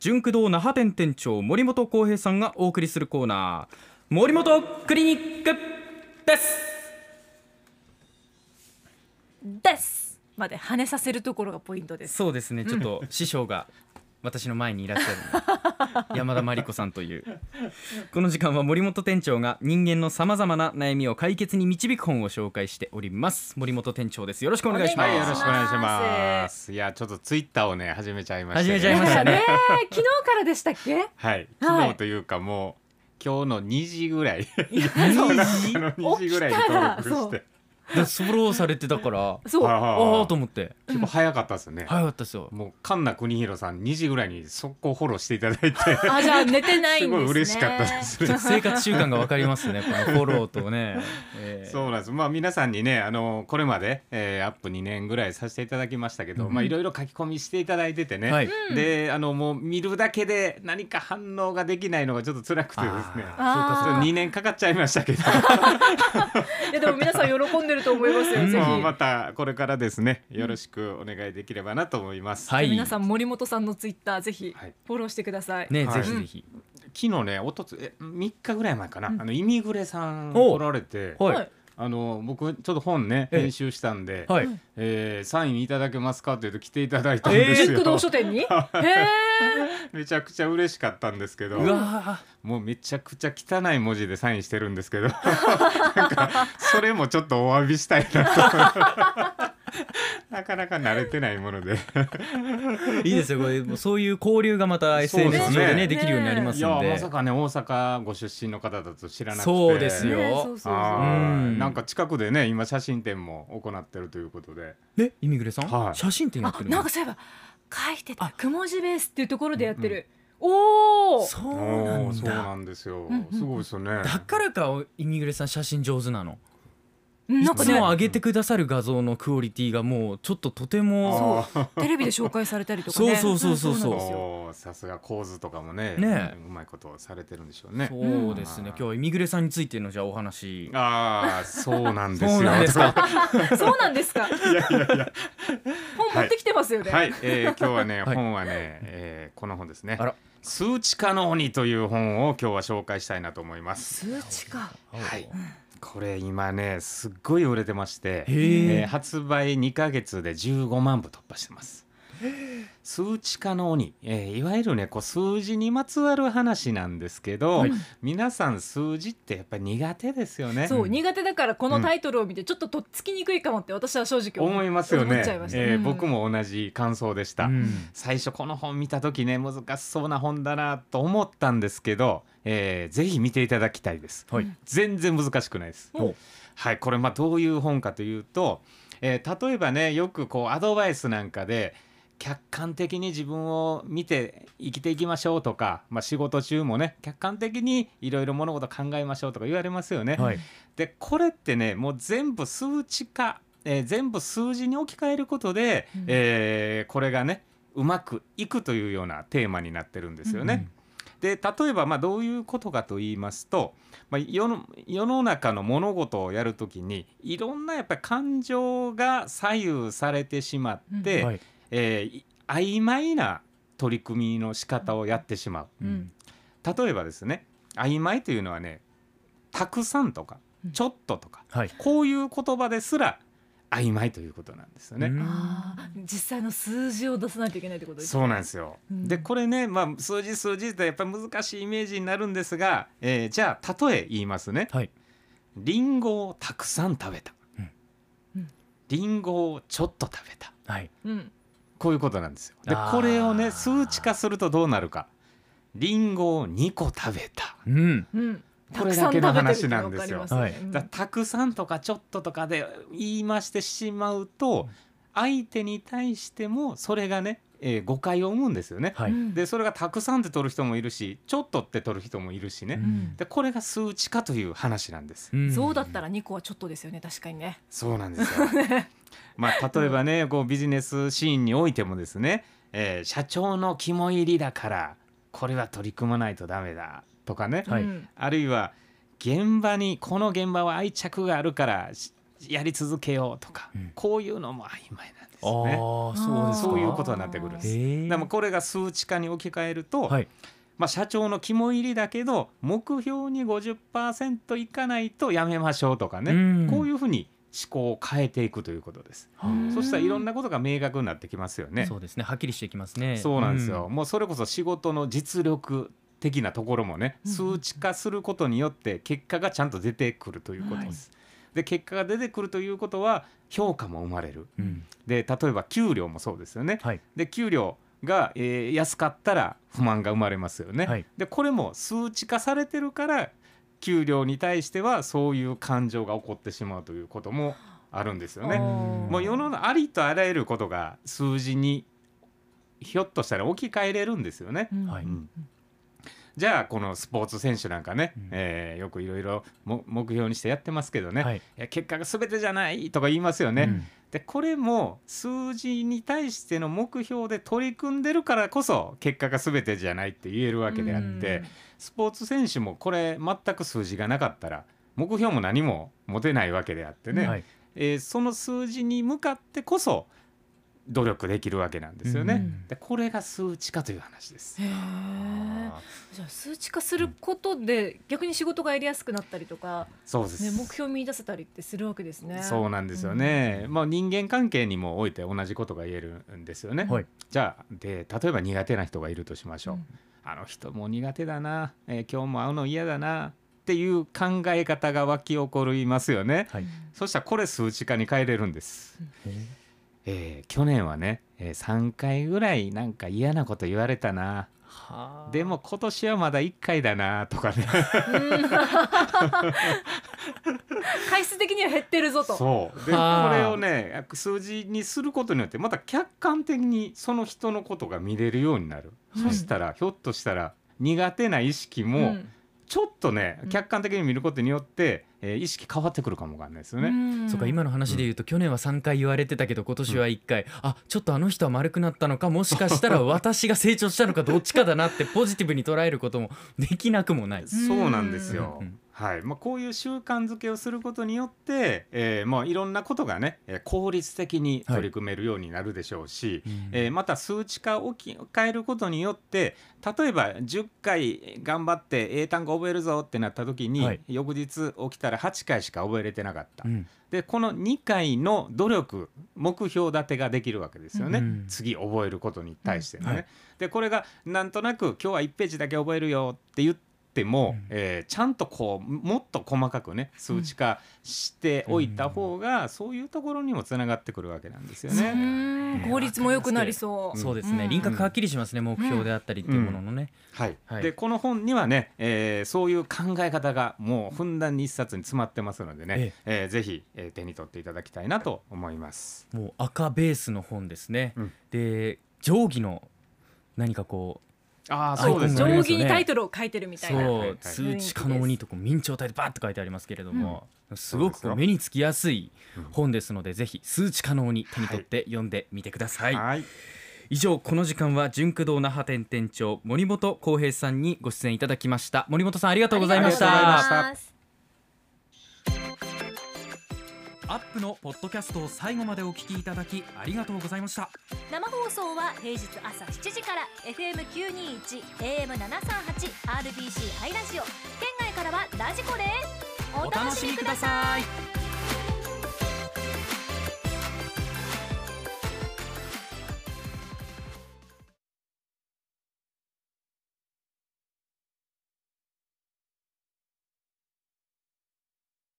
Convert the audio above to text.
純駆動那覇店店長森本浩平さんがお送りするコーナー、森本クリニックですまで跳ねさせるところがポイントです。 そうですね、ちょっと師匠が私の前にいらっしゃる山田真理子さんというこの時間は森本店長が人間のさまざまな悩みを解決に導く本を紹介しております。森本店長です。よろしくお願いします。 はい、よろしくお願いします。いや、ちょっとツイッターをね始めちゃいました、 始めちゃいましたね昨日からでしたっけ？ はい昨日というかもう今日の2時ぐらい 2時 2時ぐらいに登録してでフォローされてたからそうああと思って結構早かったですね。 早かったですよ。 もう神田邦弘さん2時ぐらいに速攻フォローしていただいてあ、じゃあ寝てないんですね。 すごい嬉しかったですね。 生活習慣が分かりますねこのフォローとね、 そうなんです。まあ皆さんにねこれまで、アップ2年ぐらいさせていただきましたけど、まあいろいろ書き込みしていただいててね、 はい、 でもう見るだけで何か反応ができないのがちょっと辛くてですね、 あ 2年かかっちゃいましたけどいやでも皆さん喜んでると思いますよ。ぜひまたこれからですねよろしくお願いできればなと思います、 はい、 皆さん森本さんのツイッターぜひフォローしてください、 ね、 はい、 ぜひぜひ。 昨日ね3日ぐらい前かな、イミグレさん来られて、 はい、 僕ちょっと本ね編集したんで、 はい、 サインいただけますかって言うと来ていただいたんですよ。 熟道書店にめちゃくちゃ嬉しかったんですけど、 うわもうめちゃくちゃ汚い文字でサインしてるんですけどなんかそれもちょっとお詫びしたいなとなかなか慣れてないものでいいですよこれ。そういう交流がまた SNS 上でねできるようになりますんで。 いやまさかね大阪ご出身の方だと知らなくて。 そうですよ、 なんか近くでね今写真展も行ってるということで。 イミグレさん、 はい、 写真展やってるの？ なんかそういえば書いてたくもじベースっていうところでやってる、おおそうなんだ。 そうなんですよ、すごいですよね。 だからかイミグレさん写真上手なの。 なんかね、 いつも上げてくださる画像のクオリティがもうちょっととてもテレビで紹介されたりとかね。 そうさすが構図とかもねうまいことされてるんでしょうね。 そうですね、今日はイミグレさんについてのじゃあお話。 そうなんですよ。 そうなんですかそうなんですか。 いや本持ってきてますよね。 はい、今日はね、本はね、この本ですね。数値化の鬼という本を今日は紹介したいなと思います。 数値化。 はい。これ今ねすっごい売れてまして、発売2ヶ月で15万部突破してます。数値化の鬼、いわゆるねこう数字にまつわる話なんですけど、皆さん数字ってやっぱり苦手ですよね。 そう、苦手だからこのタイトルを見てちょっととっつきにくいかもって私は正直思いますよね。 思っちゃいました。 僕も同じ感想でした、最初この本見た時ね難しそうな本だなと思ったんですけど、ぜひ見ていただきたいです、全然難しくないです。はい、これどういう本かというと、例えばねよくこうアドバイスなんかで客観的に自分を見て生きていきましょうとか、仕事中もね客観的にいろいろ物事考えましょうとか言われますよね、でこれってねもう全部数値化、全部数字に置き換えることで、これがねうまくいくというようなテーマになってるんですよね、で例えばどういうことかと言いますと、世の中の物事をやるときにいろんなやっぱり感情が左右されてしまって、曖昧な取り組みの仕方をやってしまう、例えばですね曖昧というのはねたくさんとかちょっととか、こういう言葉ですら曖昧ということなんですよね。 実際の数字を出さないといけないってことですね。 そうなんですよ、でこれね、数字ってやっぱり難しいイメージになるんですが、じゃあ例え言いますね、リンゴをたくさん食べた、リンゴをちょっと食べた、こういうことなんですよ。でこれをね数値化するとどうなるか、リンゴを2個食べた、これだけの話なんですよ。たくさんとかちょっととかで言いましてしまうと相手に対してもそれがね、誤解を生むんですよね、でそれがたくさんって取る人もいるしちょっとって取る人もいるしね、でこれが数値化という話なんです、 そうだったら2個はちょっとですよね。確かにね。 そうなんですよ例えばねこうビジネスシーンにおいてもですね、社長の肝入りだからこれは取り組まないとダメだとかね、あるいはこの現場は愛着があるからやり続けようとか、こういうのも曖昧なんですよね。そういうことになってくるんです。でもこれが数値化に置き換えると、社長の肝入りだけど目標に 50% いかないとやめましょうとかね、こういうふうに思考を変えていくということです。そしたらいろんなことが明確になってきますよね。 そうですね、はっきりしてきますね。 そうなんですよ、もうそれこそ仕事の実力的なところもね、数値化することによって結果がちゃんと出てくるということです。で結果が出てくるということは評価も生まれる、で例えば給料もそうですよね、で給料が、安かったら不満が生まれますよね、でこれも数値化されてるから給料に対してはそういう感情が起こってしまうということもあるんですよね。もう世の中ありとあらゆることが数字にひょっとしたら置き換えれるんですよね。じゃあこのスポーツ選手なんかね、よくいろいろ目標にしてやってますけどね、結果が全てじゃないとか言いますよね、でこれも数字に対しての目標で取り組んでるからこそ結果が全てじゃないって言えるわけであって、スポーツ選手もこれ全く数字がなかったら目標も何も持てないわけであってね、その数字に向かってこそ努力できるわけなんですよね、でこれが数値化という話です。 じゃあ数値化することで逆に仕事がやりやすくなったりとか、 そうです、 目標見出せたりってするわけですね。 そうなんですよね、人間関係にもおいて同じことが言えるんですよね、じゃあで例えば苦手な人がいるとしましょう、あの人も苦手だな、今日も会うの嫌だなっていう考え方が湧き起こりますよね、そしたらこれ数値化に変えれるんです。去年はね、3回ぐらいなんか嫌なこと言われたな、でも今年はまだ1回だなとかね回数的には減ってるぞと。 そうでこれをね数字にすることによってまた客観的にその人のことが見れるようになる、そしたらひょっとしたら苦手な意識もちょっとね、客観的に見ることによって、意識変わってくるかもわかんないですよね。 そうか、今の話で言うと、去年は3回言われてたけど今年は1回、ちょっとあの人は丸くなったのか、もしかしたら私が成長したのかどっちかだなってポジティブに捉えることもできなくもない。 そうなんですよ、こういう習慣づけをすることによって、いろんなことがね効率的に取り組めるようになるでしょうし、また数値化を変えることによって例えば10回頑張って英単語覚えるぞってなった時に、翌日起きたら8回しか覚えれてなかった、でこの2回の努力目標立てができるわけですよね、次覚えることに対してね、でこれがなんとなく今日は1ページだけ覚えるよって言っても、ちゃんとこうもっと細かくね数値化しておいた方が、そういうところにもつながってくるわけなんですよね。 効率も良くなりそう。 そうですね、輪郭はっきりしますね、目標であったりっていうもののね、 でこの本にはね、そういう考え方がもうふんだんに一冊に詰まってますのでね、ぜひ、手に取っていただきたいなと思います。 もう赤ベースの本ですね、で定規の何かこうそうですね、 定規にタイトルを書いてるみたいな、 そう数値可能にと明朝体でバッと書いてありますけれども、すごく目につきやすい本ですので、ぜひ数値可能に手に取って読んでみてください。以上、この時間は純駆動那覇店店長森本浩平さんにご出演いただきました。森本さん、ありがとうございました。アップのポッドキャストを最後までお聞きいただきありがとうございました。 生放送は平日朝7時から FM921 AM738 RBC ハイラジオ、県外からはラジコです。 お楽しみください。